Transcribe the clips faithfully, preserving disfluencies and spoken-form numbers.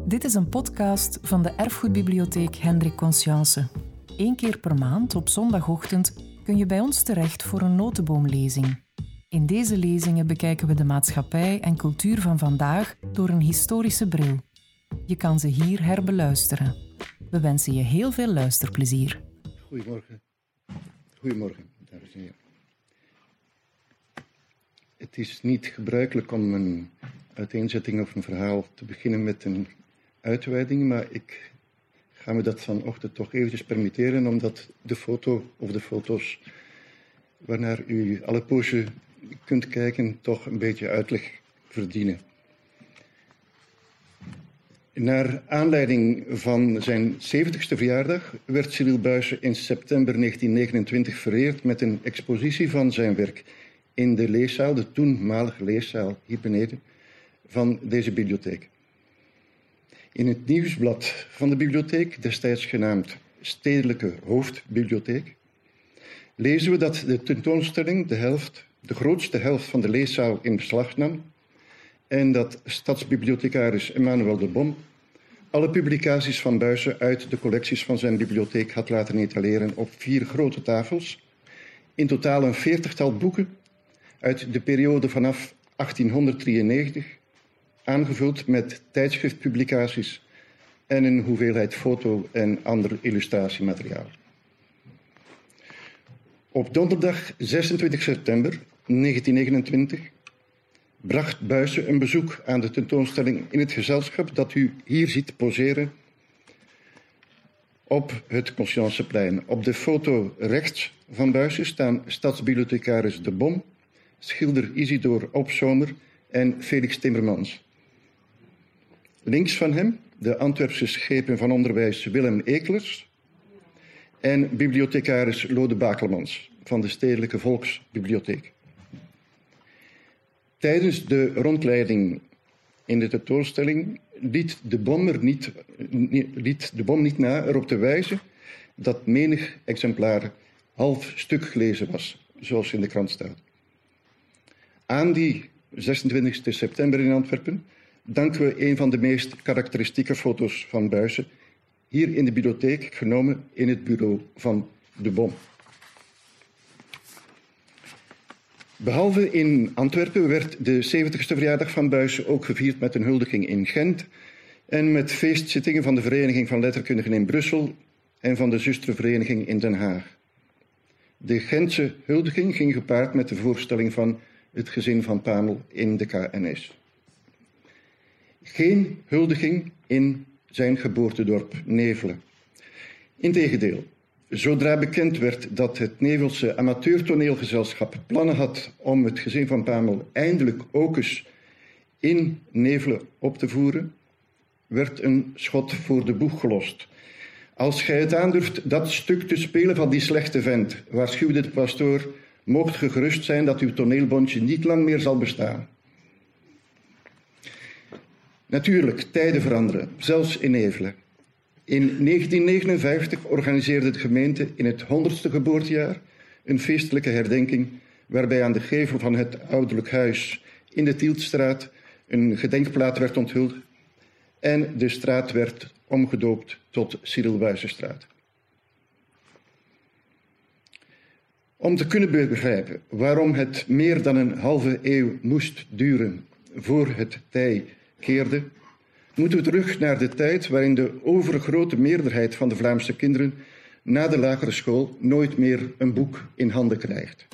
Dit is een podcast van de Erfgoedbibliotheek Hendrik Conscience. Eén keer per maand op zondagochtend kun je bij ons terecht voor een notenboomlezing. In deze lezingen bekijken we de maatschappij en cultuur van vandaag door een historische bril. Je kan ze hier herbeluisteren. We wensen je heel veel luisterplezier. Goedemorgen. Goedemorgen, dames en heren. Het is niet gebruikelijk om een uiteenzetting of een verhaal te beginnen met een uitweiding, maar ik ga me dat vanochtend toch eventjes permitteren, omdat de foto of de foto's waarnaar u alle poosje kunt kijken toch een beetje uitleg verdienen. Naar aanleiding van zijn zeventigste verjaardag werd Cyril Buijsen in september negentien negenentwintig vereerd met een expositie van zijn werk in de leeszaal, de toenmalige leeszaal hier beneden, van deze bibliotheek. In het nieuwsblad van de bibliotheek, destijds genaamd Stedelijke Hoofdbibliotheek, lezen we dat de tentoonstelling de helft, de grootste helft van de leeszaal in beslag nam en dat stadsbibliothecaris Emmanuel de Bom alle publicaties van Buijsen uit de collecties van zijn bibliotheek had laten etaleren op vier grote tafels, in totaal een veertigtal boeken uit de periode vanaf achttienhonderddrieënnegentig, aangevuld met tijdschriftpublicaties en een hoeveelheid foto- en ander illustratiemateriaal. Op donderdag zesentwintig september negentien negenentwintig bracht Buijsen een bezoek aan de tentoonstelling in het gezelschap dat u hier ziet poseren op het Conscienceplein. Op de foto rechts van Buijsen staan stadsbibliothecaris De Bom, schilder Isidor Opzomer en Felix Timmermans. Links van hem de Antwerpse schepen van onderwijs Willem Ekelers en bibliothecaris Lode Bakelmans van de Stedelijke Volksbibliotheek. Tijdens de rondleiding in de tentoonstelling liet de Bom, er niet, liet de Bom niet na erop te wijzen dat menig exemplaar half stuk gelezen was, zoals in de krant staat. Aan die zesentwintigste september in Antwerpen danken we een van de meest karakteristieke foto's van Buijsen, hier in de bibliotheek, genomen in het bureau van de Bom. Behalve in Antwerpen werd de zeventigste verjaardag van Buijsen ook gevierd met een huldiging in Gent en met feestzittingen van de Vereniging van Letterkundigen in Brussel en van de Zustervereniging in Den Haag. De Gentse huldiging ging gepaard met de voorstelling van het gezin van Pamel in de K N S. Geen huldiging in zijn geboortedorp Nevelen. Integendeel, zodra bekend werd dat het Nevelse amateurtoneelgezelschap plannen had om het gezin van Pamel eindelijk ook eens in Nevelen op te voeren, werd een schot voor de boeg gelost. Als gij het aandurft dat stuk te spelen van die slechte vent, waarschuwde de pastoor, moogt ge gerust zijn dat uw toneelbondje niet lang meer zal bestaan. Natuurlijk, tijden veranderen, zelfs in Nevelen. In negentien negenenvijftig organiseerde de gemeente in het honderdste geboortejaar een feestelijke herdenking, waarbij aan de gevel van het ouderlijk huis in de Tieltstraat een gedenkplaat werd onthuld en de straat werd omgedoopt tot Cyril Buijsenstraat. Om te kunnen begrijpen waarom het meer dan een halve eeuw moest duren voor het tij keerde, moeten we terug naar de tijd waarin de overgrote meerderheid van de Vlaamse kinderen na de lagere school nooit meer een boek in handen krijgt.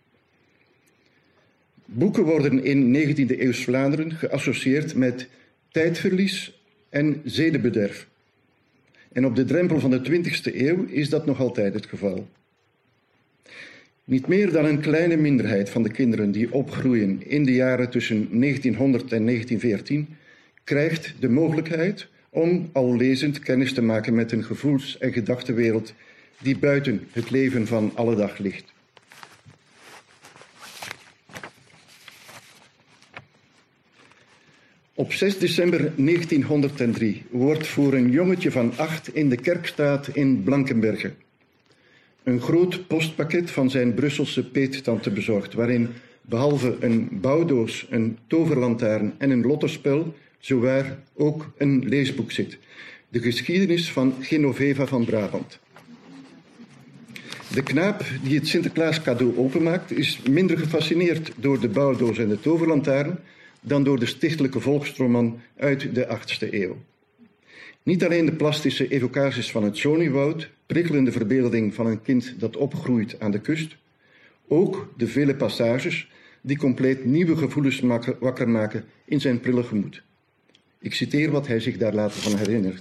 Boeken worden in negentiende eeuws Vlaanderen geassocieerd met tijdverlies en zedenbederf. En op de drempel van de twintigste eeuw is dat nog altijd het geval. Niet meer dan een kleine minderheid van de kinderen die opgroeien in de jaren tussen negentienhonderd en negentien veertien krijgt de mogelijkheid om al lezend kennis te maken met een gevoels- en gedachtenwereld die buiten het leven van alle dag ligt. Op zes december negentienhonderddrie wordt voor een jongetje van acht in de Kerkstraat in Blankenberge een groot postpakket van zijn Brusselse peettante bezorgd, waarin behalve een bouwdoos, een toverlantaarn en een lottospel zowaar ook een leesboek zit. De geschiedenis van Genoveva van Brabant. De knaap die het Sinterklaas cadeau openmaakt is minder gefascineerd door de bouwdoos en de toverlantaarn dan door de stichtelijke volksroman uit de achtste eeuw. Niet alleen de plastische evocaties van het Johnnywoud, prikkelende verbeelding van een kind dat opgroeit aan de kust, ook de vele passages die compleet nieuwe gevoelens wakker maken in zijn prille gemoed. Ik citeer wat hij zich daar later van herinnert.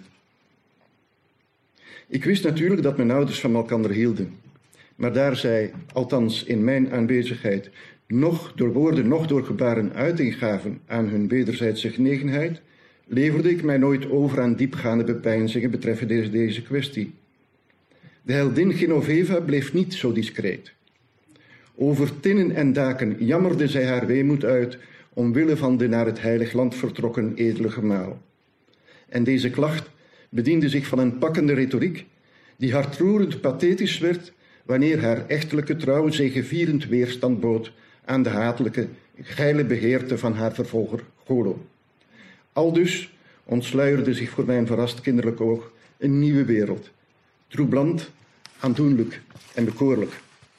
Ik wist natuurlijk dat mijn ouders van elkander hielden, maar daar zij, althans in mijn aanwezigheid, nog door woorden, nog door gebaren uiting gaven aan hun wederzijdse genegenheid, leverde ik mij nooit over aan diepgaande bepeinzingen betreffende deze, deze kwestie. De heldin Genoveva bleef niet zo discreet. Over tinnen en daken jammerde zij haar weemoed uit omwille van de naar het heilig land vertrokken edele gemaal. En deze klacht bediende zich van een pakkende retoriek die hartroerend pathetisch werd wanneer haar echtelijke trouw zegevierend weerstand bood aan de hatelijke, geile begeerte van haar vervolger Golo. Aldus ontsluierde zich voor mijn verrast kinderlijk oog een nieuwe wereld, troeblant, aandoenlijk en bekoorlijk.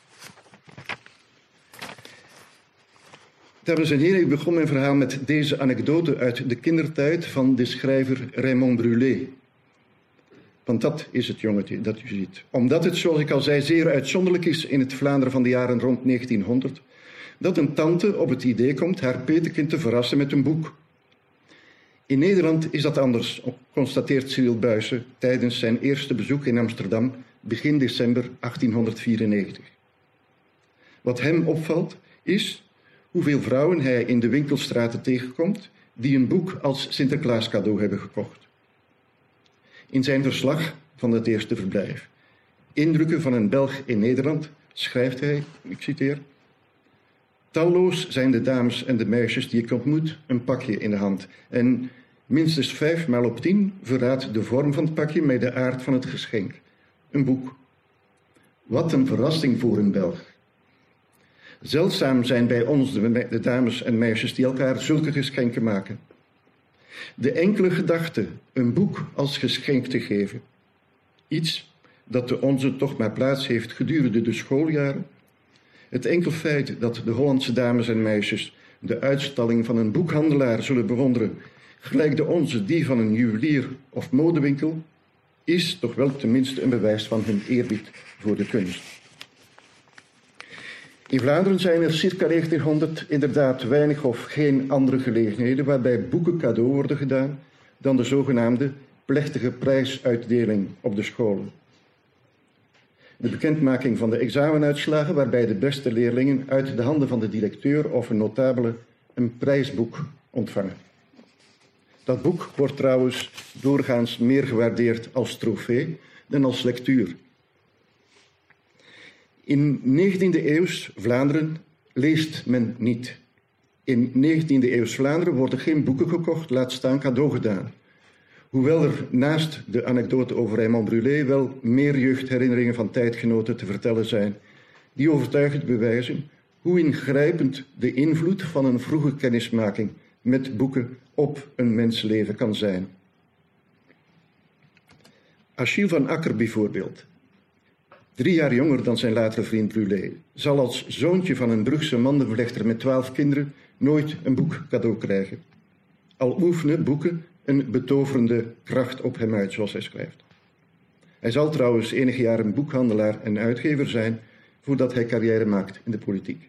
Dames en heren, ik begon mijn verhaal met deze anekdote uit de kindertijd van de schrijver Raymond Brulé. Want dat is het jongetje dat u ziet. Omdat het, zoals ik al zei, zeer uitzonderlijk is in het Vlaanderen van de jaren rond negentienhonderd, dat een tante op het idee komt haar petekind te verrassen met een boek. In Nederland is dat anders, constateert Cyril Buysse tijdens zijn eerste bezoek in Amsterdam begin december achttienhonderdvierennegentig. Wat hem opvalt is hoeveel vrouwen hij in de winkelstraten tegenkomt die een boek als Sinterklaas cadeau hebben gekocht. In zijn verslag van het eerste verblijf, Indrukken van een Belg in Nederland, schrijft hij, ik citeer, talloos zijn de dames en de meisjes die ik ontmoet een pakje in de hand en minstens vijf maal op tien verraadt de vorm van het pakje mij de aard van het geschenk. Een boek. Wat een verrassing voor een Belg. Zeldzaam zijn bij ons de, de dames en meisjes die elkaar zulke geschenken maken. De enkele gedachte een boek als geschenk te geven, iets dat de onze toch maar plaats heeft gedurende de schooljaren, het enkel feit dat de Hollandse dames en meisjes de uitstalling van een boekhandelaar zullen bewonderen, gelijk de onze die van een juwelier of modewinkel, is toch wel tenminste een bewijs van hun eerbied voor de kunst. In Vlaanderen zijn er circa negentienhonderd inderdaad weinig of geen andere gelegenheden waarbij boeken cadeau worden gedaan dan de zogenaamde plechtige prijsuitdeling op de scholen. De bekendmaking van de examenuitslagen waarbij de beste leerlingen uit de handen van de directeur of een notabele een prijsboek ontvangen. Dat boek wordt trouwens doorgaans meer gewaardeerd als trofee dan als lectuur. In negentiende eeuws Vlaanderen leest men niet. In negentiende eeuws Vlaanderen worden geen boeken gekocht, laat staan cadeau gedaan. Hoewel er naast de anekdote over Raymond Brulé wel meer jeugdherinneringen van tijdgenoten te vertellen zijn, die overtuigend bewijzen hoe ingrijpend de invloed van een vroege kennismaking met boeken op een mensleven kan zijn. Achille van Acker bijvoorbeeld, drie jaar jonger dan zijn latere vriend Brulé, zal als zoontje van een Brugse mandenvlechter met twaalf kinderen nooit een boek cadeau krijgen. Al oefenen boeken een betoverende kracht op hem uit, zoals hij schrijft. Hij zal trouwens enige jaren boekhandelaar en uitgever zijn voordat hij carrière maakt in de politiek.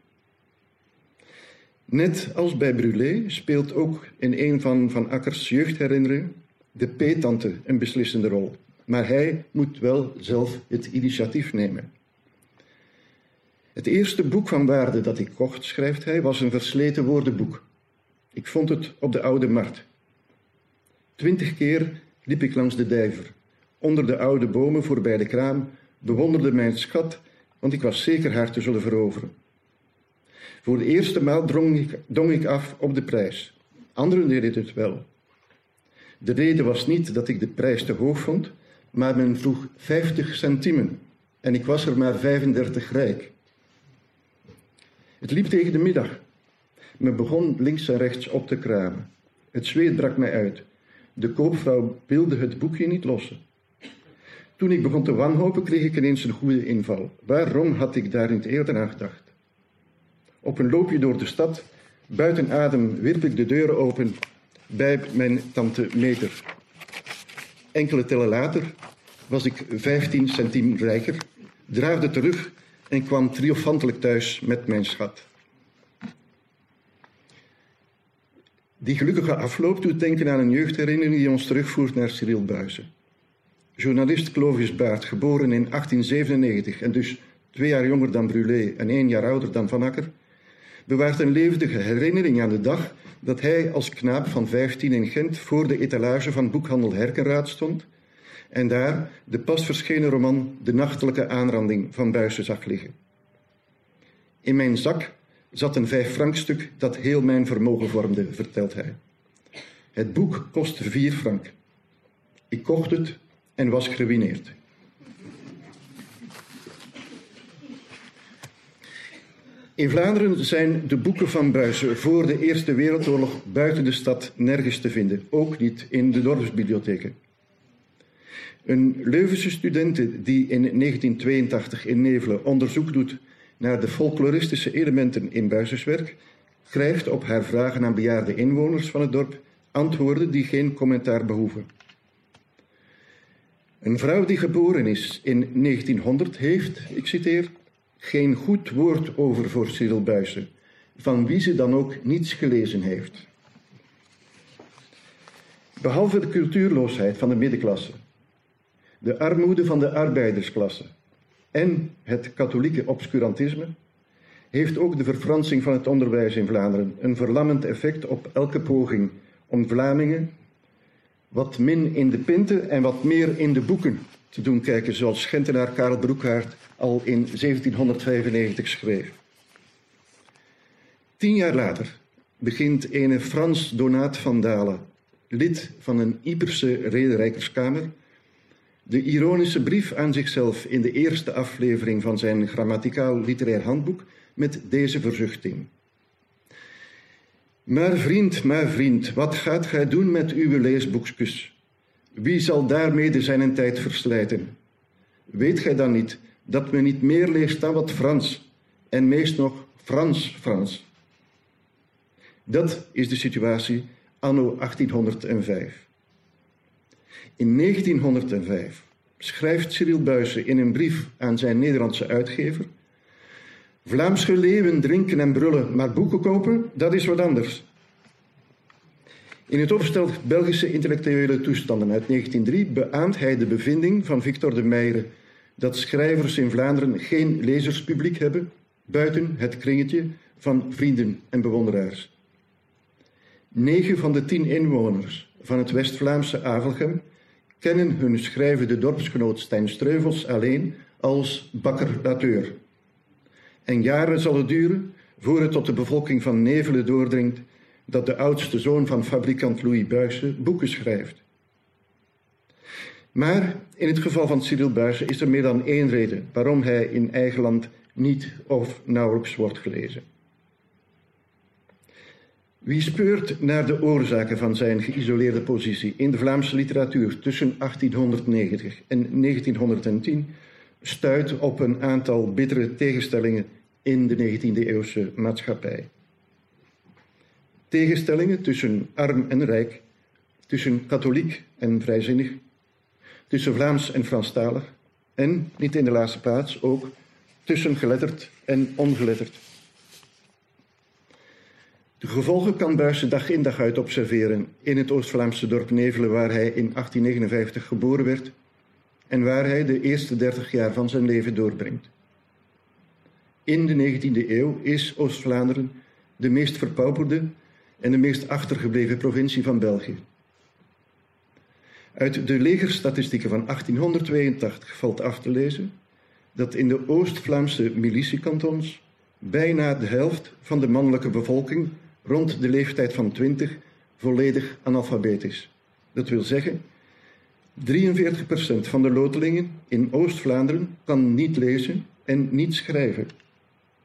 Net als bij Brulé speelt ook in een van Van Akkers jeugdherinneringen de peettante een beslissende rol. Maar hij moet wel zelf het initiatief nemen. Het eerste boek van waarde dat ik kocht, schrijft hij, was een versleten woordenboek. Ik vond het op de Oude Markt. Twintig keer liep ik langs de Dijver, onder de oude bomen voorbij de kraam, bewonderde mijn schat, want ik was zeker haar te zullen veroveren. Voor de eerste maal drong ik, dong ik af op de prijs. Anderen deden het wel. De reden was niet dat ik de prijs te hoog vond, maar men vroeg vijftig centimen en ik was er maar vijfendertig rijk. Het liep tegen de middag. Men begon links en rechts op te kramen. Het zweet brak mij uit. De koopvrouw wilde het boekje niet lossen. Toen ik begon te wanhopen, kreeg ik ineens een goede inval. Waarom had ik daar niet eerder aan gedacht? Op een loopje door de stad, buiten adem, wierp ik de deuren open bij mijn tante Meter. Enkele tellen later was ik vijftien centiem rijker, draafde terug en kwam triomfantelijk thuis met mijn schat. Die gelukkige afloop doet denken aan een jeugdherinnering die ons terugvoert naar Cyril Buysse. Journalist Clovis Baert, geboren in achttien zevenennegentig en dus twee jaar jonger dan Brulé en één jaar ouder dan Van Acker, bewaart een levendige herinnering aan de dag dat hij als knaap van vijftien in Gent voor de etalage van boekhandel Herkenraad stond en daar de pas verschenen roman De Nachtelijke Aanranding van Buysse zag liggen. In mijn zak zat een vijf-frankstuk dat heel mijn vermogen vormde, vertelt hij. Het boek kostte vier frank. Ik kocht het en was geruïneerd. In Vlaanderen zijn de boeken van Buysse voor de Eerste Wereldoorlog buiten de stad nergens te vinden, ook niet in de dorpsbibliotheken. Een Leuvense studente die in negentien tweeëntachtig in Nevelen onderzoek doet naar de folkloristische elementen in Buysse's werk, krijgt op haar vragen aan bejaarde inwoners van het dorp antwoorden die geen commentaar behoeven. Een vrouw die geboren is in negentienhonderd heeft, ik citeer, geen goed woord over voor Cyril Buysse, van wie ze dan ook niets gelezen heeft. Behalve de cultuurloosheid van de middenklasse, de armoede van de arbeidersklasse en het katholieke obscurantisme, heeft ook de verfransing van het onderwijs in Vlaanderen een verlammend effect op elke poging om Vlamingen wat min in de pinten en wat meer in de boeken te doen kijken, zoals Gentenaar Karel Broekhaert al in zeventienhonderdvijfennegentig schreef. Tien jaar later begint ene Frans Donaat van Dalen, lid van een Yperse rederijkerskamer, de ironische brief aan zichzelf in de eerste aflevering van zijn grammaticaal literair handboek met deze verzuchting. Maar vriend, maar vriend, wat gaat gij doen met uw leesboekjes? Wie zal daarmede zijn tijd verslijten? Weet gij dan niet dat men niet meer leest dan wat Frans, en meest nog Frans-Frans? Dat is de situatie anno achttienhonderdvijf. In negentienhonderdvijf schrijft Cyril Buysse in een brief aan zijn Nederlandse uitgever: Vlaamse leeuwen drinken en brullen, maar boeken kopen, dat is wat anders. In het opstel Belgische intellectuele toestanden uit negentien drie beaamt hij de bevinding van Victor de Meijere dat schrijvers in Vlaanderen geen lezerspubliek hebben buiten het kringetje van vrienden en bewonderaars. Negen van de tien inwoners van het West-Vlaamse Avelgem kennen hun schrijvende dorpsgenoot Stijn Streuvels alleen als bakker-lateur. En jaren zal het duren voor het tot de bevolking van Nevelen doordringt dat de oudste zoon van fabrikant Louis Buysse boeken schrijft. Maar in het geval van Cyril Buysse is er meer dan één reden waarom hij in eigen land niet of nauwelijks wordt gelezen. Wie speurt naar de oorzaken van zijn geïsoleerde positie in de Vlaamse literatuur tussen achttienhonderdnegentig en negentienhonderdtien, stuit op een aantal bittere tegenstellingen in de negentiende-eeuwse maatschappij. Tegenstellingen tussen arm en rijk, tussen katholiek en vrijzinnig, tussen Vlaams en Franstalig en, niet in de laatste plaats, ook tussen geletterd en ongeletterd. De gevolgen kan Buysse dag in dag uit observeren in het Oost-Vlaamse dorp Nevelen, waar hij in achttien negenenvijftig geboren werd en waar hij de eerste dertig jaar van zijn leven doorbrengt. In de negentiende eeuw is Oost-Vlaanderen de meest verpauperde en de meest achtergebleven provincie van België. Uit de legerstatistieken van achttienhonderdtweeëntachtig valt af te lezen dat in de Oost-Vlaamse militiekantons bijna de helft van de mannelijke bevolking rond de leeftijd van twintig volledig analfabeet is. Dat wil zeggen, drieënveertig procent van de lotelingen in Oost-Vlaanderen kan niet lezen en niet schrijven.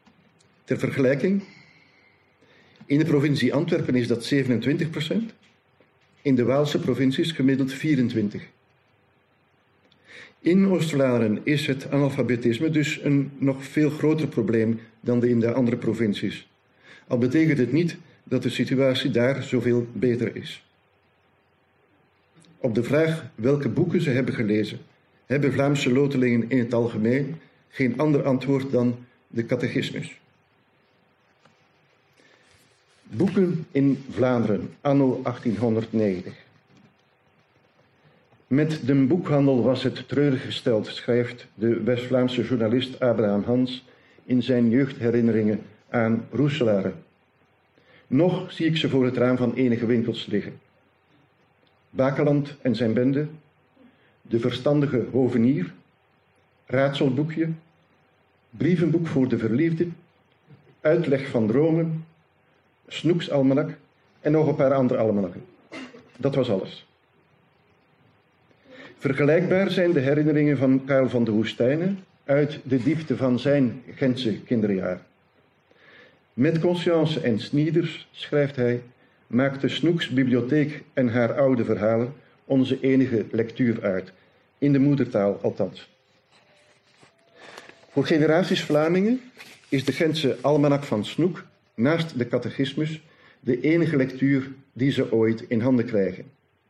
Ter vergelijking, in de provincie Antwerpen is dat zevenentwintig procent in de Waalse provincies gemiddeld vierentwintig. In Oost-Vlaanderen is het analfabetisme dus een nog veel groter probleem dan in de andere provincies. Al betekent het niet dat de situatie daar zoveel beter is. Op de vraag welke boeken ze hebben gelezen, hebben Vlaamse lotelingen in het algemeen geen ander antwoord dan de catechismus. Boeken in Vlaanderen, anno achttienhonderdnegentig. Met de boekhandel was het treurig gesteld, schrijft de West-Vlaamse journalist Abraham Hans in zijn jeugdherinneringen aan Roeselare. Nog zie ik ze voor het raam van enige winkels liggen. Bakeland en zijn bende, de verstandige hovenier, raadselboekje, brievenboek voor de verliefde, uitleg van dromen, Snoeks almanak en nog een paar andere almanakken. Dat was alles. Vergelijkbaar zijn de herinneringen van Karel van de Woestijnen uit de diepte van zijn Gentse kinderjaar. Met Conscience en Snieders, schrijft hij, maakte Snoeks bibliotheek en haar oude verhalen onze enige lectuur uit, in de moedertaal althans. Voor generaties Vlamingen is de Gentse almanak van Snoek, naast de catechismus, de enige lectuur die ze ooit in handen krijgen.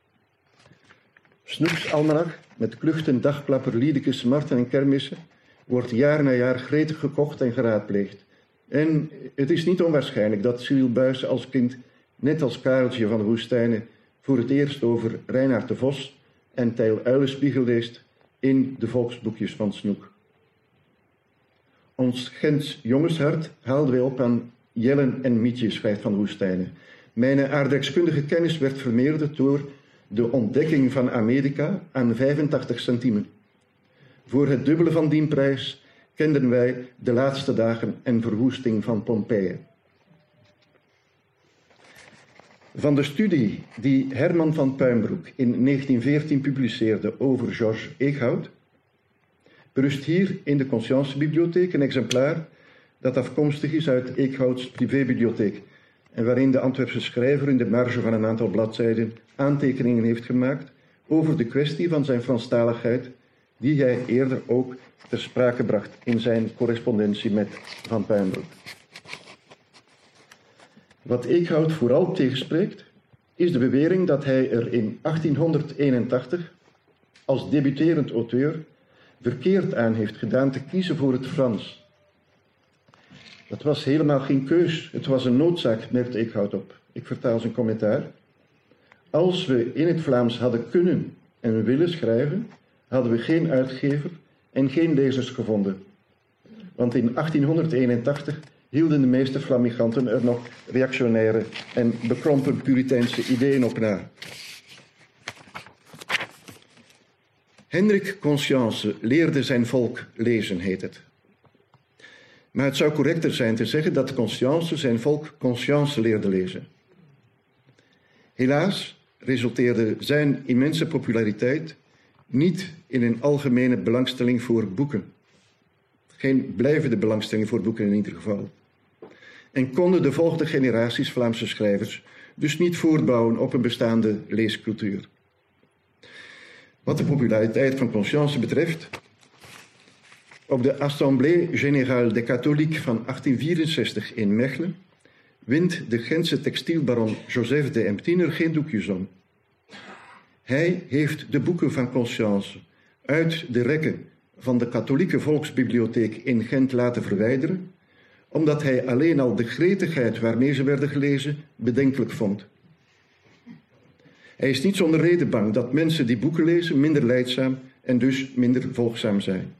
Snoeks almanak, met kluchten, dagklapper, liedekes, marten en kermissen, wordt jaar na jaar gretig gekocht en geraadpleegd. En het is niet onwaarschijnlijk dat Cyril Buysse als kind, net als Kareltje van de Woestijnen, voor het eerst over Reinaard de Vos en Tijl Uilenspiegel leest in de volksboekjes van Snoek. Ons Gents jongenshart haalden wij op aan Jellen en Mietje, schrijft Van de Woestijnen. Mijn aardrijkskundige kennis werd vermeerderd door de ontdekking van Amerika aan vijfentachtig centimen. Voor het dubbele van die prijs kenden wij de laatste dagen en verwoesting van Pompeii. Van de studie die Herman van Puimbroek in negentien veertien publiceerde over Georges Eekhout, berust hier in de Conscience-bibliotheek een exemplaar dat afkomstig is uit Eekhouts privébibliotheek en waarin de Antwerpse schrijver in de marge van een aantal bladzijden aantekeningen heeft gemaakt over de kwestie van zijn Franstaligheid, die hij eerder ook ter sprake bracht in zijn correspondentie met Van Puimbroek. Wat Eekhout vooral tegenspreekt, is de bewering dat hij er in achttienhonderdeenentachtig als debuterend auteur verkeerd aan heeft gedaan te kiezen voor het Frans. Dat was helemaal geen keus, het was een noodzaak, merkt Eekhout op. Ik vertaal zijn commentaar. Als we in het Vlaams hadden kunnen en willen schrijven, hadden we geen uitgever en geen lezers gevonden. Want in achttienhonderdeenentachtig hielden de meeste flamiganten er nog reactionaire en bekrompen Puriteinse ideeën op na. Hendrik Conscience leerde zijn volk lezen, heet het. Maar het zou correcter zijn te zeggen dat Conscience zijn volk Conscience leerde lezen. Helaas resulteerde zijn immense populariteit niet in een algemene belangstelling voor boeken. Geen blijvende belangstelling voor boeken in ieder geval. En konden de volgende generaties Vlaamse schrijvers dus niet voortbouwen op een bestaande leescultuur. Wat de populariteit van Conscience betreft, op de Assemblée Générale des Catholiques van achttien vierenzestig in Mechelen wint de Gentse textielbaron Joseph de Emptiner geen doekjes om. Hij heeft de boeken van Conscience uit de rekken van de katholieke volksbibliotheek in Gent laten verwijderen, omdat hij alleen al de gretigheid waarmee ze werden gelezen bedenkelijk vond. Hij is niet zonder reden bang dat mensen die boeken lezen minder lijdzaam en dus minder volgzaam zijn.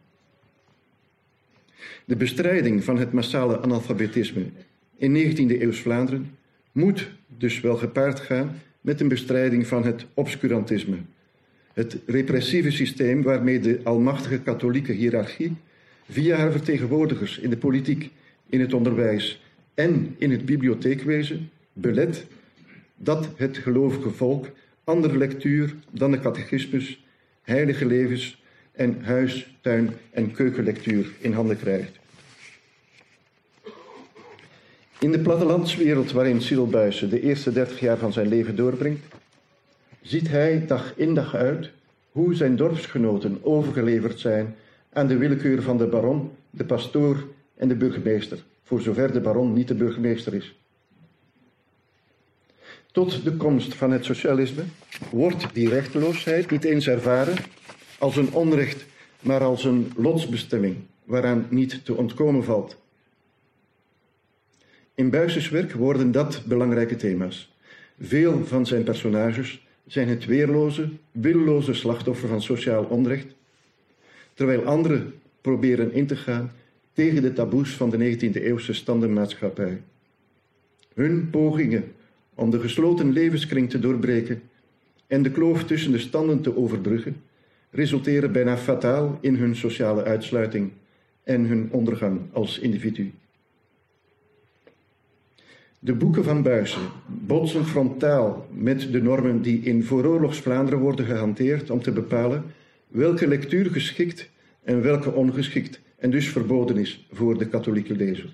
De bestrijding van het massale analfabetisme in negentiende eeuws Vlaanderen moet dus wel gepaard gaan met een bestrijding van het obscurantisme, het repressieve systeem waarmee de almachtige katholieke hiërarchie via haar vertegenwoordigers in de politiek, in het onderwijs en in het bibliotheekwezen belet dat het gelovige volk andere lectuur dan de catechismus, heilige levens en huis-, tuin- en keukenlectuur in handen krijgt. In de plattelandswereld waarin Cyril Buysse de eerste dertig jaar van zijn leven doorbrengt, ziet hij dag in dag uit hoe zijn dorpsgenoten overgeleverd zijn aan de willekeur van de baron, de pastoor en de burgemeester, voor zover de baron niet de burgemeester is. Tot de komst van het socialisme wordt die rechteloosheid niet eens ervaren als een onrecht, maar als een lotsbestemming waaraan niet te ontkomen valt. In Buysens werk worden dat belangrijke thema's. Veel van zijn personages zijn het weerloze, willoze slachtoffer van sociaal onrecht, terwijl anderen proberen in te gaan tegen de taboes van de negentiende-eeuwse standenmaatschappij. Hun pogingen om de gesloten levenskring te doorbreken en de kloof tussen de standen te overbruggen, resulteren bijna fataal in hun sociale uitsluiting en hun ondergang als individu. De boeken van Buysen botsen frontaal met de normen die in vooroorlogs Vlaanderen worden gehanteerd om te bepalen welke lectuur geschikt en welke ongeschikt en dus verboden is voor de katholieke lezer.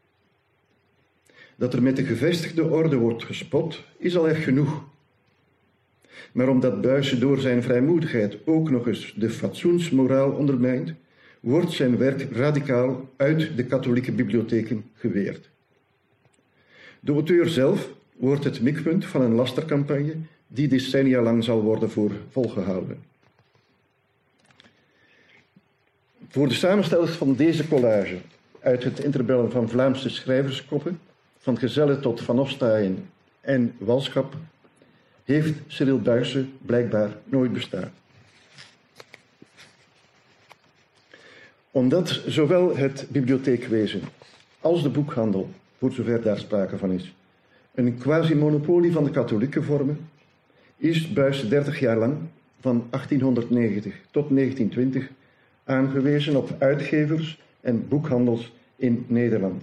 Dat er met de gevestigde orde wordt gespot, is al erg genoeg. Maar omdat Buysen door zijn vrijmoedigheid ook nog eens de fatsoensmoraal ondermijnt, wordt zijn werk radicaal uit de katholieke bibliotheken geweerd. De auteur zelf wordt het mikpunt van een lastercampagne die decennia lang zal worden voor volgehouden. Voor de samenstellers van deze collage uit het interbellum van Vlaamse schrijverskoppen, van Gezelle tot Van Hofstaaien en Walschap, heeft Cyril Buysen blijkbaar nooit bestaan. Omdat zowel het bibliotheekwezen als de boekhandel, voor zover daar sprake van is, een quasi-monopolie van de katholieken vormen, is Buysen dertig jaar lang, van achttienhonderdnegentig tot negentientwintig, aangewezen op uitgevers en boekhandels in Nederland.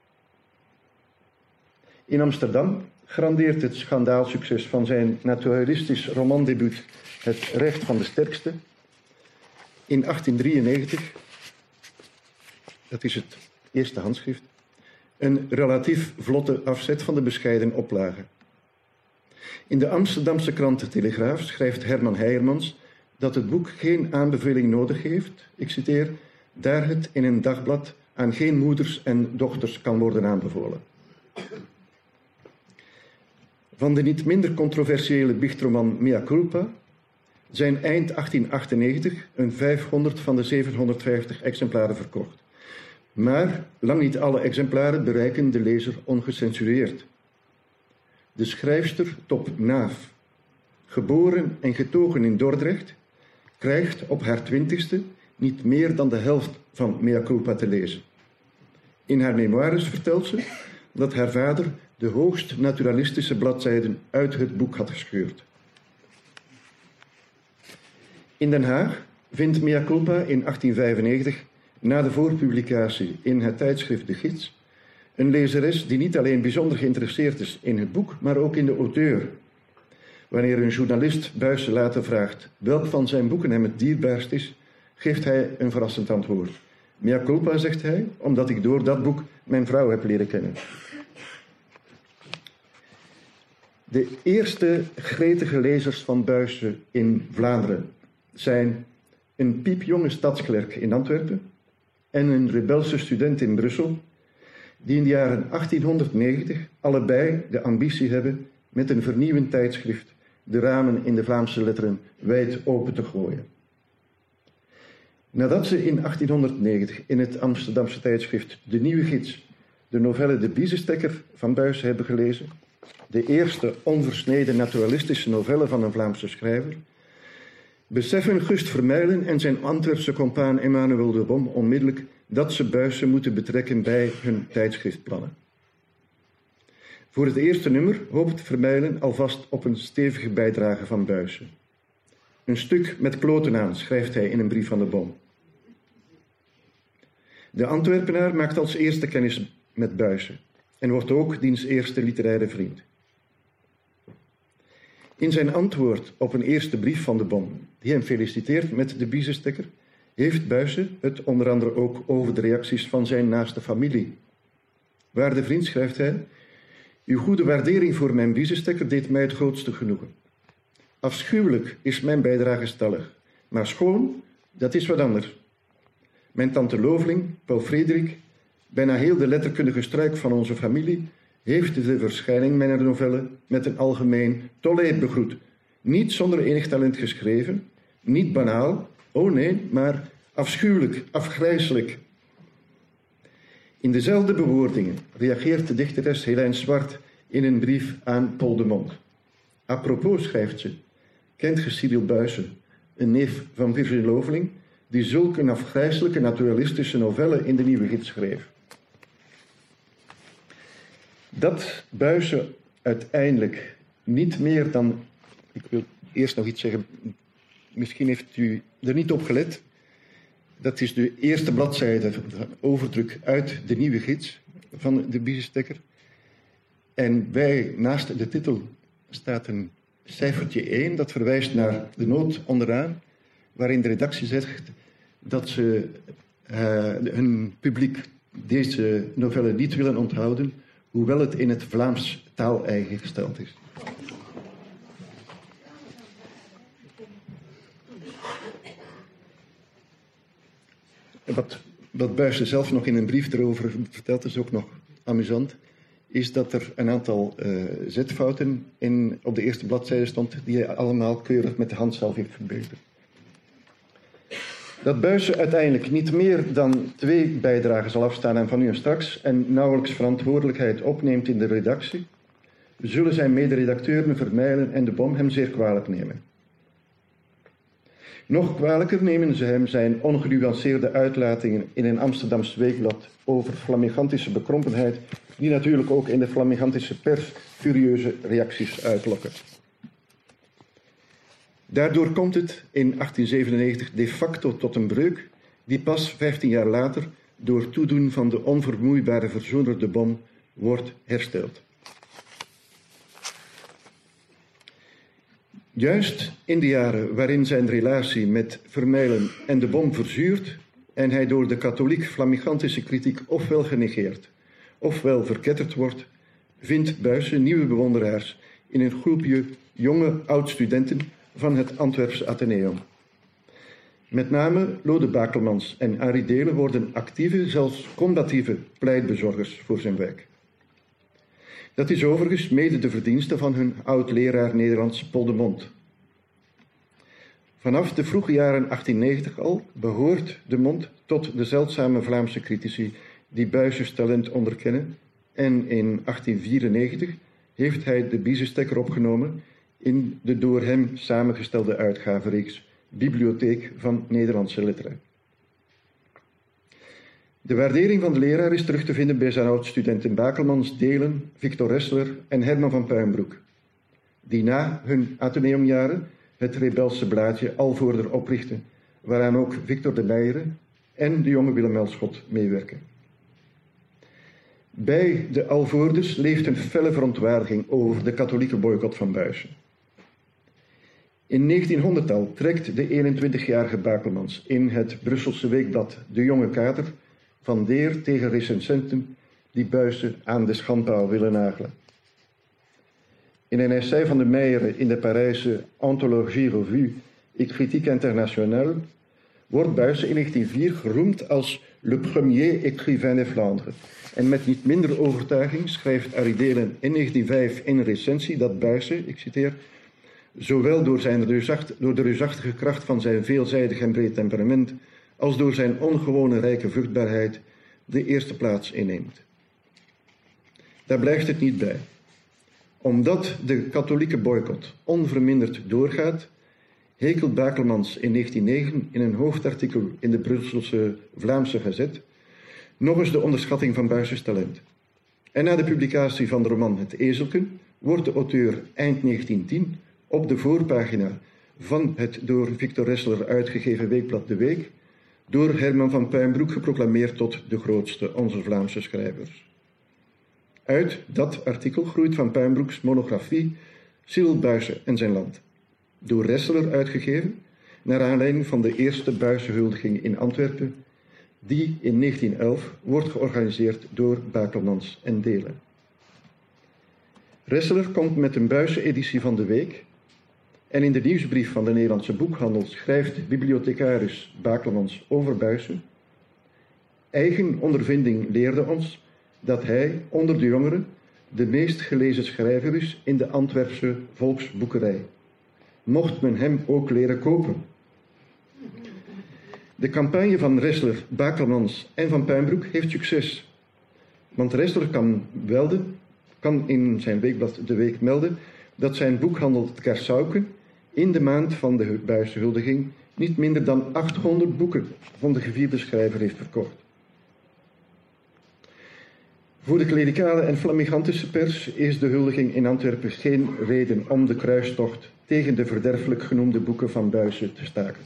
In Amsterdam grandeert het schandaalsucces van zijn naturalistisch romandebuut Het Recht van de Sterkste in achttiendrieënnegentig, dat is het eerste handschrift, een relatief vlotte afzet van de bescheiden oplage. In de Amsterdamse krant De Telegraaf schrijft Herman Heijermans dat het boek geen aanbeveling nodig heeft, ik citeer, daar het in een dagblad aan geen moeders en dochters kan worden aanbevolen. Van de niet minder controversiële biechtroman Mea Culpa zijn eind achttien achtennegentig een vijfhonderd van de zevenhonderdvijftig exemplaren verkocht. Maar lang niet alle exemplaren bereiken de lezer ongecensureerd. De schrijfster Top Naaf, geboren en getogen in Dordrecht, krijgt op haar twintigste niet meer dan de helft van Mea Culpa te lezen. In haar memoires vertelt ze dat haar vader de hoogst naturalistische bladzijden uit het boek had gescheurd. In Den Haag vindt Mea Culpa in achttien vijfennegentig, na de voorpublicatie in het tijdschrift De Gids, een lezeres die niet alleen bijzonder geïnteresseerd is in het boek, maar ook in de auteur. Wanneer een journalist Buysen later vraagt welk van zijn boeken hem het dierbaarst is, geeft hij een verrassend antwoord. Mea Culpa, zegt hij, omdat ik door dat boek mijn vrouw heb leren kennen. De eerste gretige lezers van Buysen in Vlaanderen zijn een piepjonge stadsklerk in Antwerpen en een rebelse student in Brussel, die in de jaren achttienhonderdnegentig allebei de ambitie hebben met een vernieuwend tijdschrift de ramen in de Vlaamse letteren wijd open te gooien. Nadat ze in achttienhonderdnegentig in het Amsterdamse tijdschrift De Nieuwe Gids de novelle De Biesestekker van Buysen hebben gelezen, de eerste onversneden naturalistische novelle van een Vlaamse schrijver, beseffen Gust Vermuylen en zijn Antwerpse compaan Emmanuel de Bom onmiddellijk dat ze Buysen moeten betrekken bij hun tijdschriftplannen. Voor het eerste nummer hoopt Vermuylen alvast op een stevige bijdrage van Buysen. Een stuk met kloten aan, schrijft hij in een brief van de Bom. De Antwerpenaar maakt als eerste kennis met Buysen en wordt ook diens eerste literaire vriend. In zijn antwoord op een eerste brief van de Bom, die hem feliciteert met de Biesestekker, heeft Buysen het onder andere ook over de reacties van zijn naaste familie. Waarde vriend, schrijft hij, uw goede waardering voor mijn Biesestekker deed mij het grootste genoegen. Afschuwelijk is mijn bijdrage stellig, maar schoon, dat is wat anders. Mijn tante Loveling, Paul Frederik, bijna heel de letterkundige struik van onze familie, heeft de verschijning mijner novelle met een algemeen tollé begroet. Niet zonder enig talent geschreven, niet banaal, oh nee, maar afschuwelijk, afgrijselijk. In dezelfde bewoordingen reageert de dichteres Helijn Swart in een brief aan Paul de Mont. A propos, schrijft ze, kent ge Cyril Buysse, een neef van Virginie Loveling, die zulk een afgrijselijke naturalistische novelle in de Nieuwe Gids schreef. Dat Buysse uiteindelijk niet meer dan... Ik wil eerst nog iets zeggen, misschien heeft u er niet op gelet. Dat is de eerste bladzijde, overdruk uit de Nieuwe Gids van de Biesestekker. En bij, naast de titel, staat een cijfertje één, dat verwijst naar de noot onderaan, waarin de redactie zegt dat ze uh, hun publiek deze novelle niet willen onthouden, hoewel het in het Vlaams taaleigen gesteld is. Wat, wat Buysse zelf nog in een brief erover vertelt, is ook nog amusant, is dat er een aantal uh, zetfouten in, op de eerste bladzijde stond, die hij allemaal keurig met de hand zelf heeft verbeterd. Dat Buysse uiteindelijk niet meer dan twee bijdragen zal afstaan aan Van Nu en Straks en nauwelijks verantwoordelijkheid opneemt in de redactie, zullen zijn mederedacteuren Vermeilen en de Bom hem zeer kwalijk nemen. Nog kwalijker nemen ze hem zijn ongenuanceerde uitlatingen in een Amsterdams weekblad over flamigantische bekrompenheid, die natuurlijk ook in de flamigantische pers furieuze reacties uitlokken. Daardoor komt het in achttien zevenennegentig de facto tot een breuk, die pas vijftien jaar later door toedoen van de onvermoeibare verzoener de Bom wordt hersteld. Juist in de jaren waarin zijn relatie met Vermeilen en de Bom verzuurt en hij door de katholiek-flamigantische kritiek ofwel genegeerd, ofwel verketterd wordt, vindt Buysse nieuwe bewonderaars in een groepje jonge oud-studenten van het Antwerpse Atheneum. Met name Lode Bakelmans en Arie Delen worden actieve, zelfs combatieve pleitbezorgers voor zijn werk. Dat is overigens mede de verdienste van hun oud-leraar Nederlands Paul de Mont. Vanaf de vroege jaren achttien negentig al behoort de Mont tot de zeldzame Vlaamse critici die Buysse's talent onderkennen en in achttien vierennegentig heeft hij de Biesestekker opgenomen in de door hem samengestelde uitgavenreeks Bibliotheek van Nederlandse Letteren. De waardering van de leraar is terug te vinden bij zijn oud-studenten Bakelmans, Delen, Victor Ressler en Herman van Puimbroek, die na hun atheneumjaren het rebelse blaadje Alvoorder oprichten, waaraan ook Victor de Meijere en de jonge Willem Elschot meewerken. Bij de Alvoorders leeft een felle verontwaardiging over de katholieke boycott van Buysse. In negentienhonderd al trekt de eenentwintigjarige Bakelmans in het Brusselse weekblad De Jonge Kater van Deer tegen recensenten die Buysse aan de schandpaal willen nagelen. In een essay van de Meijere in de Parijse Anthologie Revue et Critique Internationale wordt Buysse in negentien vier geroemd als le premier écrivain de Vlaanderen. En met niet minder overtuiging schrijft Arie Delen in negentien vijf in een recensie dat Buysse, ik citeer, zowel door, zijn reusachtige, door de reusachtige kracht van zijn veelzijdig en breed temperament als door zijn ongewone rijke vruchtbaarheid de eerste plaats inneemt. Daar blijft het niet bij. Omdat de katholieke boycott onverminderd doorgaat, hekelt Bakelmans in negentien negen in een hoofdartikel in de Brusselse Vlaamse Gazet nog eens de onderschatting van Buysse's talent. En na de publicatie van de roman Het Ezelken wordt de auteur eind negentien tien op de voorpagina van het door Victor Ressler uitgegeven weekblad De Week door Herman van Puimbroek geproclameerd tot de grootste onze Vlaamse schrijvers. Uit dat artikel groeit Van Puimbroeks monografie Cyril Buysse en zijn land, door Ressler uitgegeven, naar aanleiding van de eerste Buysse-huldiging in Antwerpen, die in negentien elf wordt georganiseerd door Bakelmans en Delen. Ressler komt met een Buysse-editie van De Week En in de nieuwsbrief van de Nederlandse Boekhandel schrijft bibliothecaris Bakelmans over Buysse: eigen ondervinding leerde ons dat hij onder de jongeren de meest gelezen schrijver is in de Antwerpse volksboekerij. Mocht men hem ook leren kopen. De campagne van Ressler, Bakelmans en Van Puinbroek heeft succes. Want Ressler kan, welde, kan in zijn weekblad De Week melden dat zijn boekhandel Het Kersauken in de maand van de Buysse-huldiging niet minder dan achthonderd boeken van de gevierde schrijver heeft verkocht. Voor de klerikale en flamigantische pers is de huldiging in Antwerpen geen reden om de kruistocht tegen de verderfelijk genoemde boeken van Buysse te staken.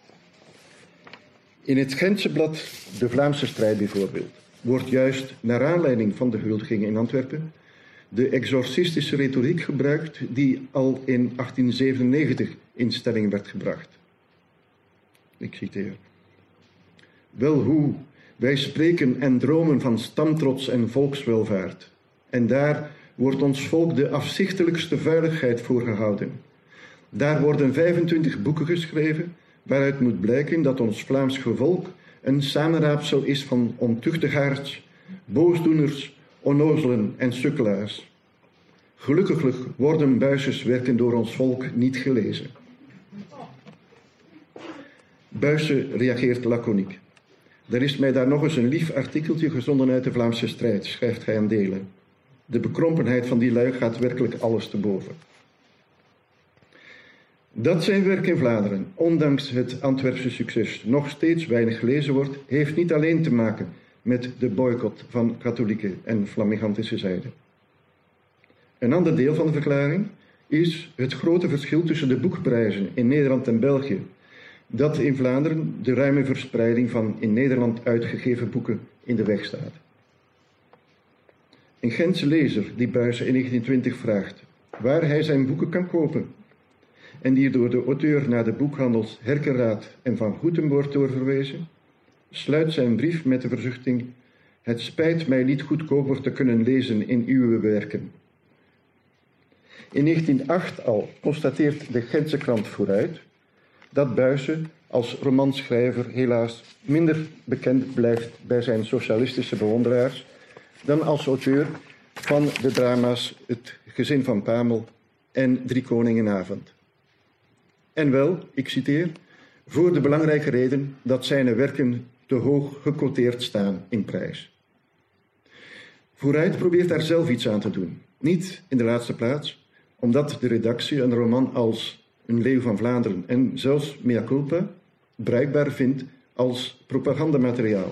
In het Gentse blad De Vlaamse Strijd bijvoorbeeld wordt juist naar aanleiding van de huldiging in Antwerpen de exorcistische retoriek gebruikt die al in achttien zevenennegentig in stelling werd gebracht. Ik citeer: wel hoe, wij spreken en dromen van stamtrots en volkswelvaart. En daar wordt ons volk de afzichtelijkste vuiligheid voorgehouden. Daar worden vijfentwintig boeken geschreven waaruit moet blijken dat ons Vlaams volk een samenraapsel is van ontuchtigaards, boosdoeners, onnozelen en sukkelaars. Gelukkig worden Buysses werken door ons volk niet gelezen. Buysse reageert laconiek. Er is mij daar nog eens een lief artikeltje gezonden uit de Vlaamse Strijd, schrijft hij aan Delen. De bekrompenheid van die lui gaat werkelijk alles te boven. Dat zijn werk in Vlaanderen, ondanks het Antwerpse succes, nog steeds weinig gelezen wordt, heeft niet alleen te maken met de boycott van katholieke en flamigantische zijde. Een ander deel van de verklaring is het grote verschil tussen de boekprijzen in Nederland en België, dat in Vlaanderen de ruime verspreiding van in Nederland uitgegeven boeken in de weg staat. Een Gentse lezer die Buysse in negentien twintig vraagt waar hij zijn boeken kan kopen en die door de auteur naar de boekhandels Herkenraad en Van Goeten wordt doorverwezen, sluit zijn brief met de verzuchting: het spijt mij niet goedkoper te kunnen lezen in uw werken. In negentien acht al constateert de Gentse krant Vooruit dat Buysse als romanschrijver helaas minder bekend blijft bij zijn socialistische bewonderaars dan als auteur van de drama's Het Gezin van Pamel en Drie Koningenavond. En wel, ik citeer, voor de belangrijke reden dat zijn werken te hoog gecoteerd staan in prijs. Vooruit probeert daar zelf iets aan te doen. Niet in de laatste plaats omdat de redactie een roman als Een Leeuw van Vlaanderen en zelfs Mea Culpa bruikbaar vindt als propagandamateriaal.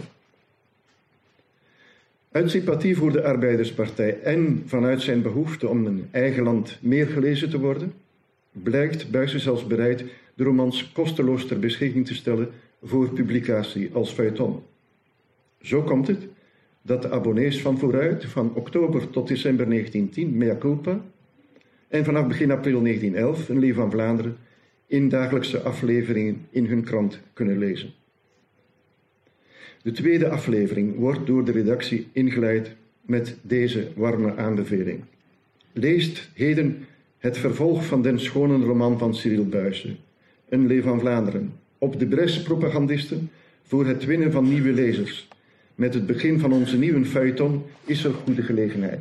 Uit sympathie voor de Arbeiderspartij en vanuit zijn behoefte om een eigen land meer gelezen te worden, blijkt Buysse zelfs bereid de romans kosteloos ter beschikking te stellen voor publicatie als feuilleton. Zo komt het dat de abonnees van Vooruit van oktober tot december negentien tien Mea Culpa en vanaf begin april negentien elf Een Leeuw van Vlaanderen in dagelijkse afleveringen in hun krant kunnen lezen. De tweede aflevering wordt door de redactie ingeleid met deze warme aanbeveling. Leest heden het vervolg van den schone roman van Cyril Buysse, Een Leeuw van Vlaanderen, op de bres propagandisten voor het winnen van nieuwe lezers. Met het begin van onze nieuwe feuilleton is er goede gelegenheid.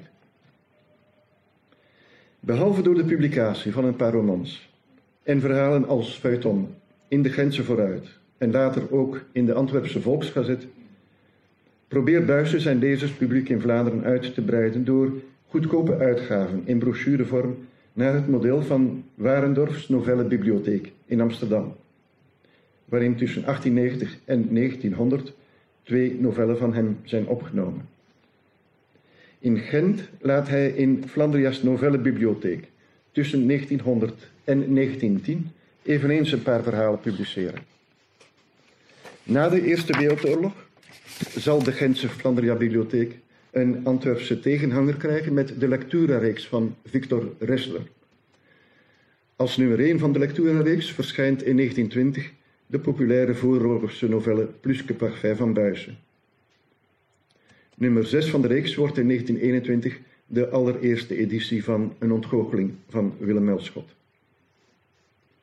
Behalve door de publicatie van een paar romans en verhalen als feuilleton in de Gentse Vooruit en later ook in de Antwerpse Volksgazet, probeert Buysse zijn lezerspubliek in Vlaanderen uit te breiden door goedkope uitgaven in brochurevorm naar het model van Warendorfs Novellenbibliotheek in Amsterdam, waarin tussen achttienhonderdnegentig en negentienhonderd twee novellen van hem zijn opgenomen. In Gent laat hij in Flandria's Novellenbibliotheek tussen negentienhonderd en negentien tien eveneens een paar verhalen publiceren. Na de Eerste Wereldoorlog zal de Gentse Flandria-bibliotheek een Antwerpse tegenhanger krijgen met de Lectura-reeks van Victor Ressler. Als nummer één van de Lectura-reeks verschijnt in negentien twintig de populaire vooroorlogse novelle Plus que Parfait van Buysse. Nummer zes van de reeks wordt in negentien eenentwintig de allereerste editie van Een ontgoocheling van Willem Elschot.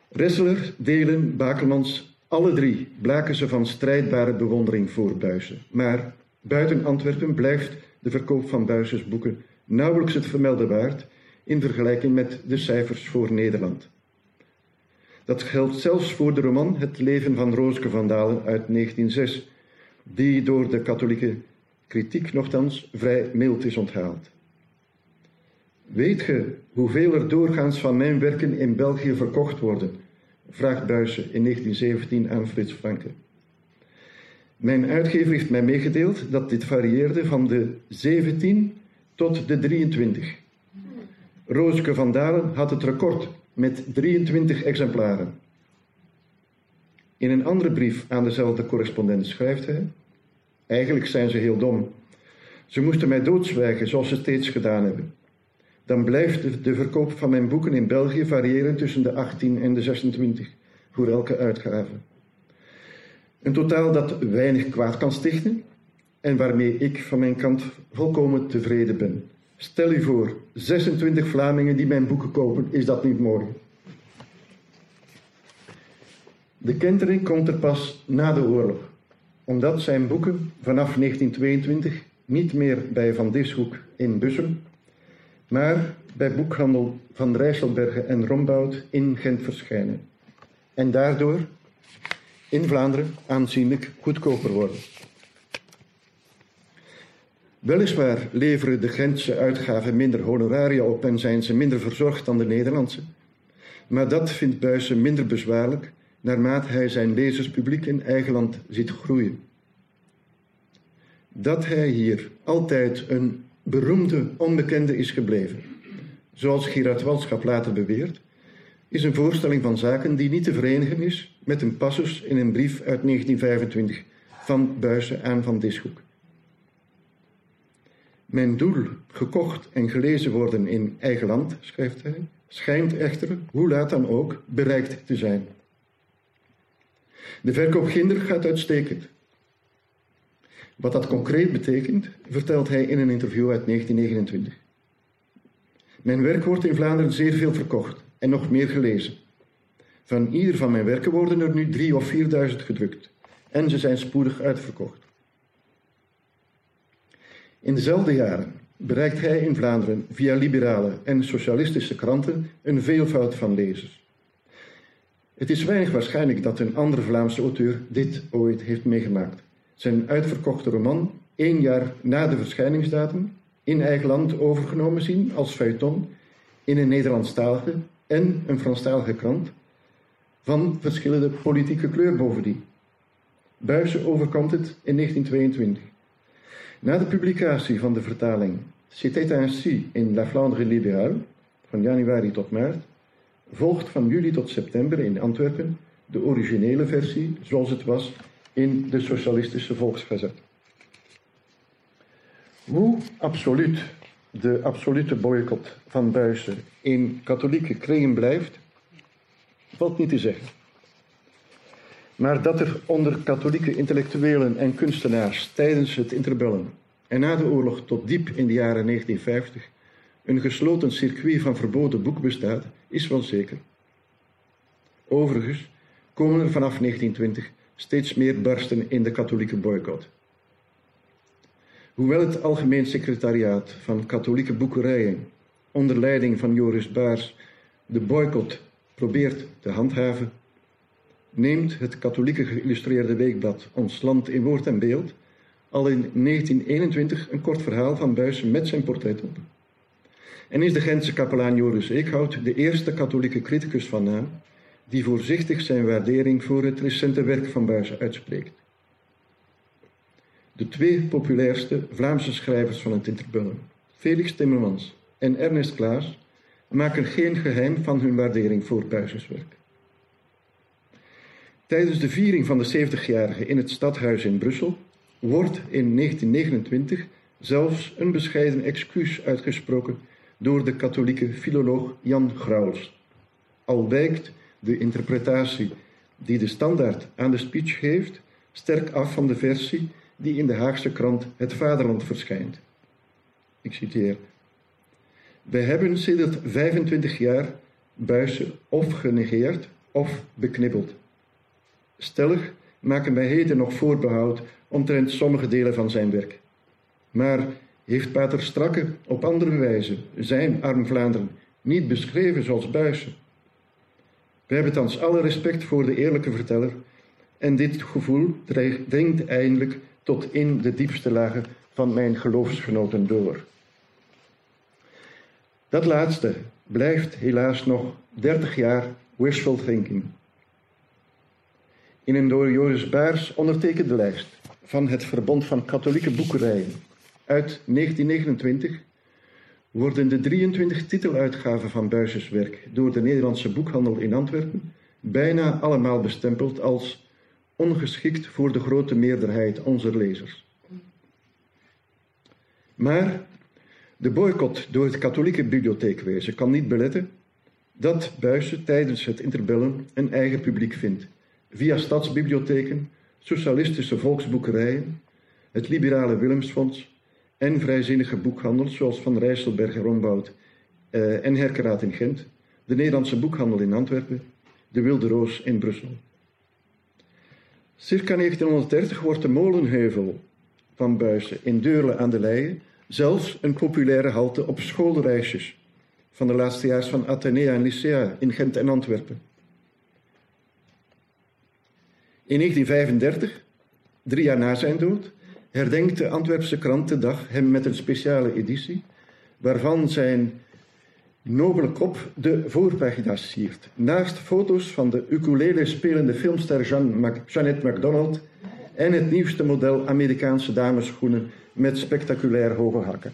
Resseler, Delen, Bakelmans, alle drie blaken ze van strijdbare bewondering voor Buysse. Maar buiten Antwerpen blijft de verkoop van Buysse's boeken nauwelijks het vermelden waard in vergelijking met de cijfers voor Nederland. Dat geldt zelfs voor de roman Het leven van Rooske van Dalen uit negentien zes, die door de katholieke kritiek nochtans vrij mild is onthaald. Weet ge hoeveel er doorgaans van mijn werken in België verkocht worden? Vraagt Buysse in negentien zeventien aan Frits Franke. Mijn uitgever heeft mij meegedeeld dat dit varieerde van de zeventien tot de drieëntwintig. Rooske van Dalen had het record met drieëntwintig exemplaren. In een andere brief aan dezelfde correspondent schrijft hij: eigenlijk zijn ze heel dom. Ze moesten mij doodzwijgen zoals ze steeds gedaan hebben. Dan blijft de verkoop van mijn boeken in België variëren tussen de achttien en de zesentwintig voor elke uitgave. Een totaal dat weinig kwaad kan stichten en waarmee ik van mijn kant volkomen tevreden ben. Stel u voor, zesentwintig Vlamingen die mijn boeken kopen, is dat niet mooi? De kentering komt er pas na de oorlog, omdat zijn boeken vanaf negentien tweeëntwintig niet meer bij Van Dishoeck in Bussum, maar bij boekhandel Van Rijsselberghe en Rombout in Gent verschijnen. En daardoor in Vlaanderen aanzienlijk goedkoper worden. Weliswaar leveren de Gentse uitgaven minder honoraria op en zijn ze minder verzorgd dan de Nederlandse, maar dat vindt Buysse minder bezwaarlijk naarmate hij zijn lezerspubliek in eigen land ziet groeien. Dat hij hier altijd een beroemde onbekende is gebleven, zoals Gerard Walschap later beweert, is een voorstelling van zaken die niet te verenigen is met een passus in een brief uit negentien vijfentwintig van Buysse aan Van Dishoeck. Mijn doel, gekocht en gelezen worden in eigen land, schrijft hij, schijnt echter, hoe laat dan ook, bereikt te zijn. De verkoop ginder gaat uitstekend. Wat dat concreet betekent, vertelt hij in een interview uit negentien negenentwintig. Mijn werk wordt in Vlaanderen zeer veel verkocht en nog meer gelezen. Van ieder van mijn werken worden er nu drie of vierduizend gedrukt en ze zijn spoedig uitverkocht. In dezelfde jaren bereikt hij in Vlaanderen via liberale en socialistische kranten een veelvoud van lezers. Het is weinig waarschijnlijk dat een andere Vlaamse auteur dit ooit heeft meegemaakt. Zijn uitverkochte roman, één jaar na de verschijningsdatum, in eigen land overgenomen zien als feuilleton in een Nederlandstalige en een Franstalige krant, van verschillende politieke kleur bovendien. Buysse overkomt het in negentien tweeëntwintig. Na de publicatie van de vertaling C'était ainsi in La Flandre libérale, van januari tot maart, volgt van juli tot september in Antwerpen de originele versie zoals het was in de Socialistische Volksgazet. Hoe absoluut de absolute boycott van Buysse in katholieke kringen blijft, valt niet te zeggen. Maar dat er onder katholieke intellectuelen en kunstenaars tijdens het interbellum en na de oorlog tot diep in de jaren negentien vijftig een gesloten circuit van verboden boek bestaat, is wel zeker. Overigens komen er vanaf negentien twintig steeds meer barsten in de katholieke boycott. Hoewel het Algemeen Secretariaat van Katholieke Boekerijen onder leiding van Joris Baars de boycott probeert te handhaven, neemt het katholieke geïllustreerde weekblad Ons Land in Woord en Beeld al in negentien eenentwintig een kort verhaal van Buysse met zijn portret op. En is de Gentse kapelaan Joris Eekhout de eerste katholieke criticus van naam die voorzichtig zijn waardering voor het recente werk van Buysse uitspreekt. De twee populairste Vlaamse schrijvers van het interbellum, Felix Timmermans en Ernest Klaas, maken geen geheim van hun waardering voor Buysse's werk. Tijdens de viering van de zeventigjarige in het stadhuis in Brussel wordt in negentien negenentwintig zelfs een bescheiden excuus uitgesproken door de katholieke filoloog Jan Grauwels. Al wijkt de interpretatie die de Standaard aan de speech geeft sterk af van de versie die in de Haagse krant Het Vaderland verschijnt. Ik citeer: wij hebben sedert vijfentwintig jaar Buysse of genegeerd of beknibbeld. Stellig maken wij heden nog voorbehoud omtrent sommige delen van zijn werk. Maar heeft pater Stracke op andere wijze zijn arm Vlaanderen niet beschreven zoals Buysse? We hebben thans alle respect voor de eerlijke verteller en dit gevoel dringt eindelijk tot in de diepste lagen van mijn geloofsgenoten door. Dat laatste blijft helaas nog dertig jaar wishful thinking. In een door Joris Baars ondertekende lijst van het Verbond van Katholieke Boekerijen uit negentien negenentwintig worden de drieëntwintig titeluitgaven van Buysse's werk door de Nederlandse boekhandel in Antwerpen bijna allemaal bestempeld als ongeschikt voor de grote meerderheid onze lezers. Maar de boycott door het katholieke bibliotheekwezen kan niet beletten dat Buysse tijdens het interbellum een eigen publiek vindt, via stadsbibliotheken, socialistische volksboekerijen, het liberale Willemsfonds en vrijzinnige boekhandels zoals Van Rijsselberg en Rombout uh, en Herkeraat in Gent, de Nederlandse boekhandel in Antwerpen, de Wilde Roos in Brussel. Circa negentienhonderddertig wordt de molenheuvel van Buysse in Deurle aan de Leie zelfs een populaire halte op schoolreisjes van de laatstejaars van Athenea en Lycea in Gent en Antwerpen. In negentien vijfendertig, drie jaar na zijn dood, herdenkt de Antwerpse krant de dag hem met een speciale editie, waarvan zijn nobele kop de voorpagina's siert. Naast foto's van de ukulele spelende filmster Jean Mac- Jeannette MacDonald en het nieuwste model Amerikaanse damesschoenen met spectaculair hoge hakken.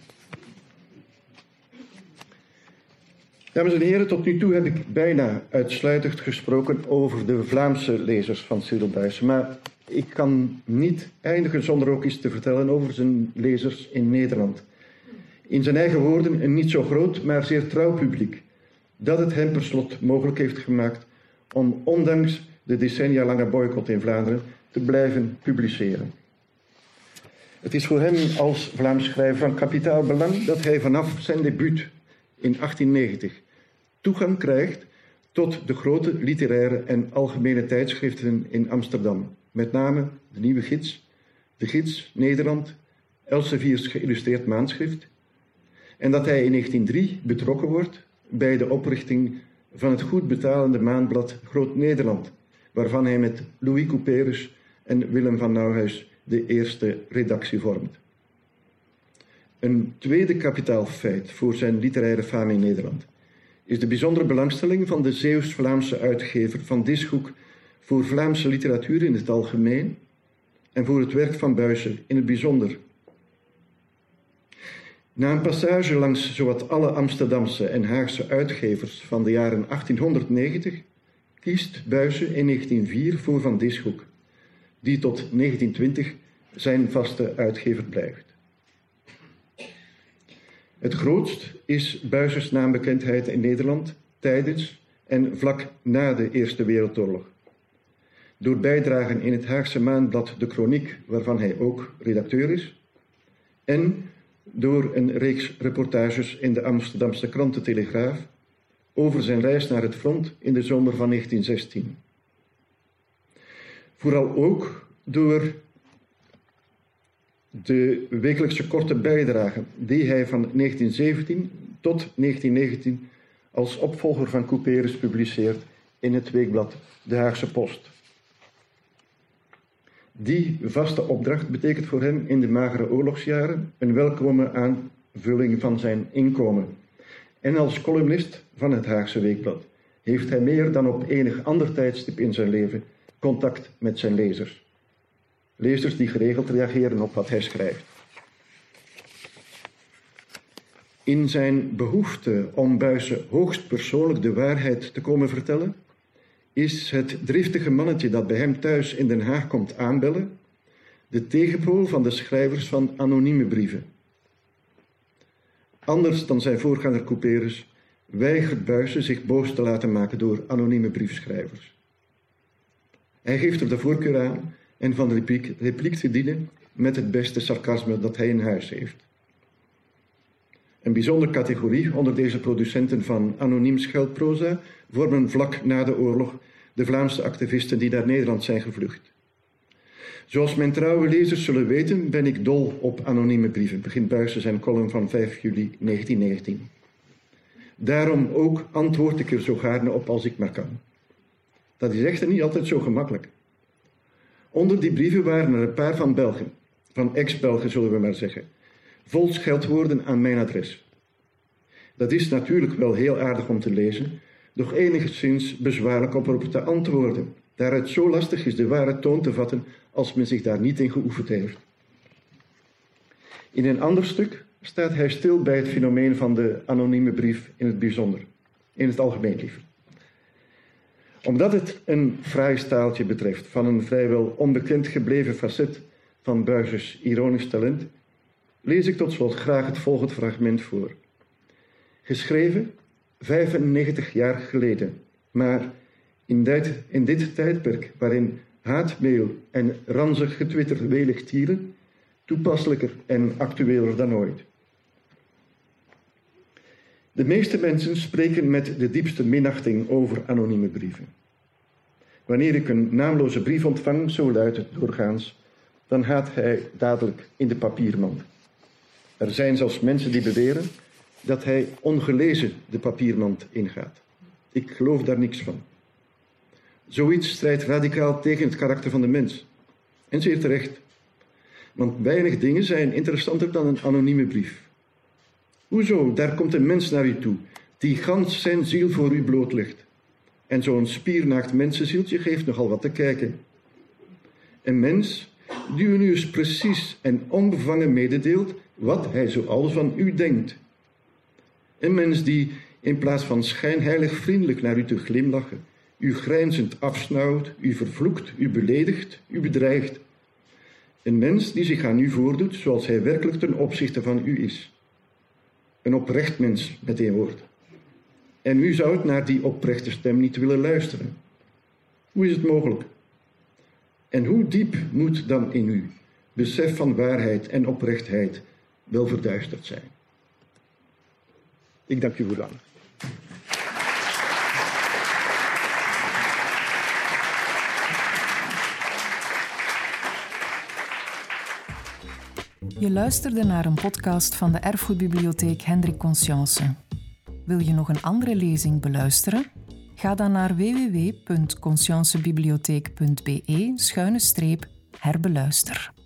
Dames en heren, tot nu toe heb ik bijna uitsluitend gesproken over de Vlaamse lezers van Cyril Buysse, maar ik kan niet eindigen zonder ook iets te vertellen over zijn lezers in Nederland. In zijn eigen woorden een niet zo groot, maar zeer trouw publiek, dat het hem per slot mogelijk heeft gemaakt om ondanks de decennia lange boycott in Vlaanderen te blijven publiceren. Het is voor hem als Vlaams schrijver van kapitaal belang dat hij vanaf zijn debuut in achttien negentig toegang krijgt tot de grote literaire en algemene tijdschriften in Amsterdam. Met name de Nieuwe Gids, de Gids Nederland, Elsevier's geïllustreerd maandschrift. En dat hij in negentien drie betrokken wordt bij de oprichting van het goed betalende maandblad Groot Nederland, waarvan hij met Louis Couperus en Willem van Nauhuis de eerste redactie vormt. Een tweede kapitaalfeit voor zijn literaire fame in Nederland is de bijzondere belangstelling van de Zeeuws-Vlaamse uitgever Van Dishoek voor Vlaamse literatuur in het algemeen en voor het werk van Buysse in het bijzonder. Na een passage langs zowat alle Amsterdamse en Haagse uitgevers van de jaren achttienhonderdnegentig kiest Buysse in negentien vier voor Van Dishoek, die tot negentien twintig zijn vaste uitgever blijft. Het grootst is Buysse's naambekendheid in Nederland tijdens en vlak na de Eerste Wereldoorlog. Door bijdragen in het Haagse maandblad De Chroniek, waarvan hij ook redacteur is, en door een reeks reportages in de Amsterdamse krant De Telegraaf over zijn reis naar het front in de zomer van negentien zestien. Vooral ook door de wekelijkse korte bijdragen die hij van negentien zeventien tot negentien negentien als opvolger van Couperus publiceert in het weekblad De Haagse Post. Die vaste opdracht betekent voor hem in de magere oorlogsjaren een welkome aanvulling van zijn inkomen. En als columnist van het Haagse Weekblad heeft hij meer dan op enig ander tijdstip in zijn leven contact met zijn lezers. Lezers die geregeld reageren op wat hij schrijft. In zijn behoefte om Buysse hoogst persoonlijk de waarheid te komen vertellen, is het driftige mannetje dat bij hem thuis in Den Haag komt aanbellen, de tegenpool van de schrijvers van anonieme brieven. Anders dan zijn voorganger Couperus weigert Buysse zich boos te laten maken door anonieme briefschrijvers. Hij geeft er de voorkeur aan en van de repliek, repliek te dienen met het beste sarcasme dat hij in huis heeft. Een bijzondere categorie onder deze producenten van anoniem scheldproza vormen vlak na de oorlog de Vlaamse activisten die naar Nederland zijn gevlucht. Zoals mijn trouwe lezers zullen weten, ben ik dol op anonieme brieven, begint Buysse zijn column van vijf juli negentien negentien. Daarom ook antwoord ik er zo gaarne op als ik maar kan. Dat is echter niet altijd zo gemakkelijk. Onder die brieven waren er een paar van Belgen, van ex-Belgen zullen we maar zeggen, vol scheldwoorden aan mijn adres. Dat is natuurlijk wel heel aardig om te lezen, doch enigszins bezwaarlijk om erop te antwoorden, daar het zo lastig is de ware toon te vatten als men zich daar niet in geoefend heeft. In een ander stuk staat hij stil bij het fenomeen van de anonieme brief in het bijzonder, in het algemeen liever. Omdat het een fraai staaltje betreft van een vrijwel onbekend gebleven facet van Buysse's ironisch talent, lees ik tot slot graag het volgende fragment voor. Geschreven vijfennegentig jaar geleden, maar in dit, in dit tijdperk waarin haatmail en ranzig getwitter welig tieren, toepasselijker en actueler dan ooit. De meeste mensen spreken met de diepste minachting over anonieme brieven. Wanneer ik een naamloze brief ontvang, zo luidt het doorgaans, dan gaat hij dadelijk in de papiermand. Er zijn zelfs mensen die beweren dat hij ongelezen de papiermand ingaat. Ik geloof daar niks van. Zoiets strijdt radicaal tegen het karakter van de mens. En zeer terecht. Want weinig dingen zijn interessanter dan een anonieme brief. Hoezo, daar komt een mens naar u toe, die gans zijn ziel voor u blootlegt. En zo'n spiernaakt mensenzieltje geeft nogal wat te kijken. Een mens die u nu eens precies en onbevangen mededeelt wat hij zoal van u denkt. Een mens die in plaats van schijnheilig vriendelijk naar u te glimlachen, u grijnzend afsnauwt, u vervloekt, u beledigt, u bedreigt. Een mens die zich aan u voordoet zoals hij werkelijk ten opzichte van u is. Een oprecht mens, met één woord. En u zou het naar die oprechte stem niet willen luisteren. Hoe is het mogelijk? En hoe diep moet dan in u besef van waarheid en oprechtheid wel verduisterd zijn? Ik dank u voor de aandacht. Je luisterde naar een podcast van de Erfgoedbibliotheek Hendrik Conscience. Wil je nog een andere lezing beluisteren? Ga dan naar w w w punt consciencebibliotheek punt b e schuine streep herbeluister.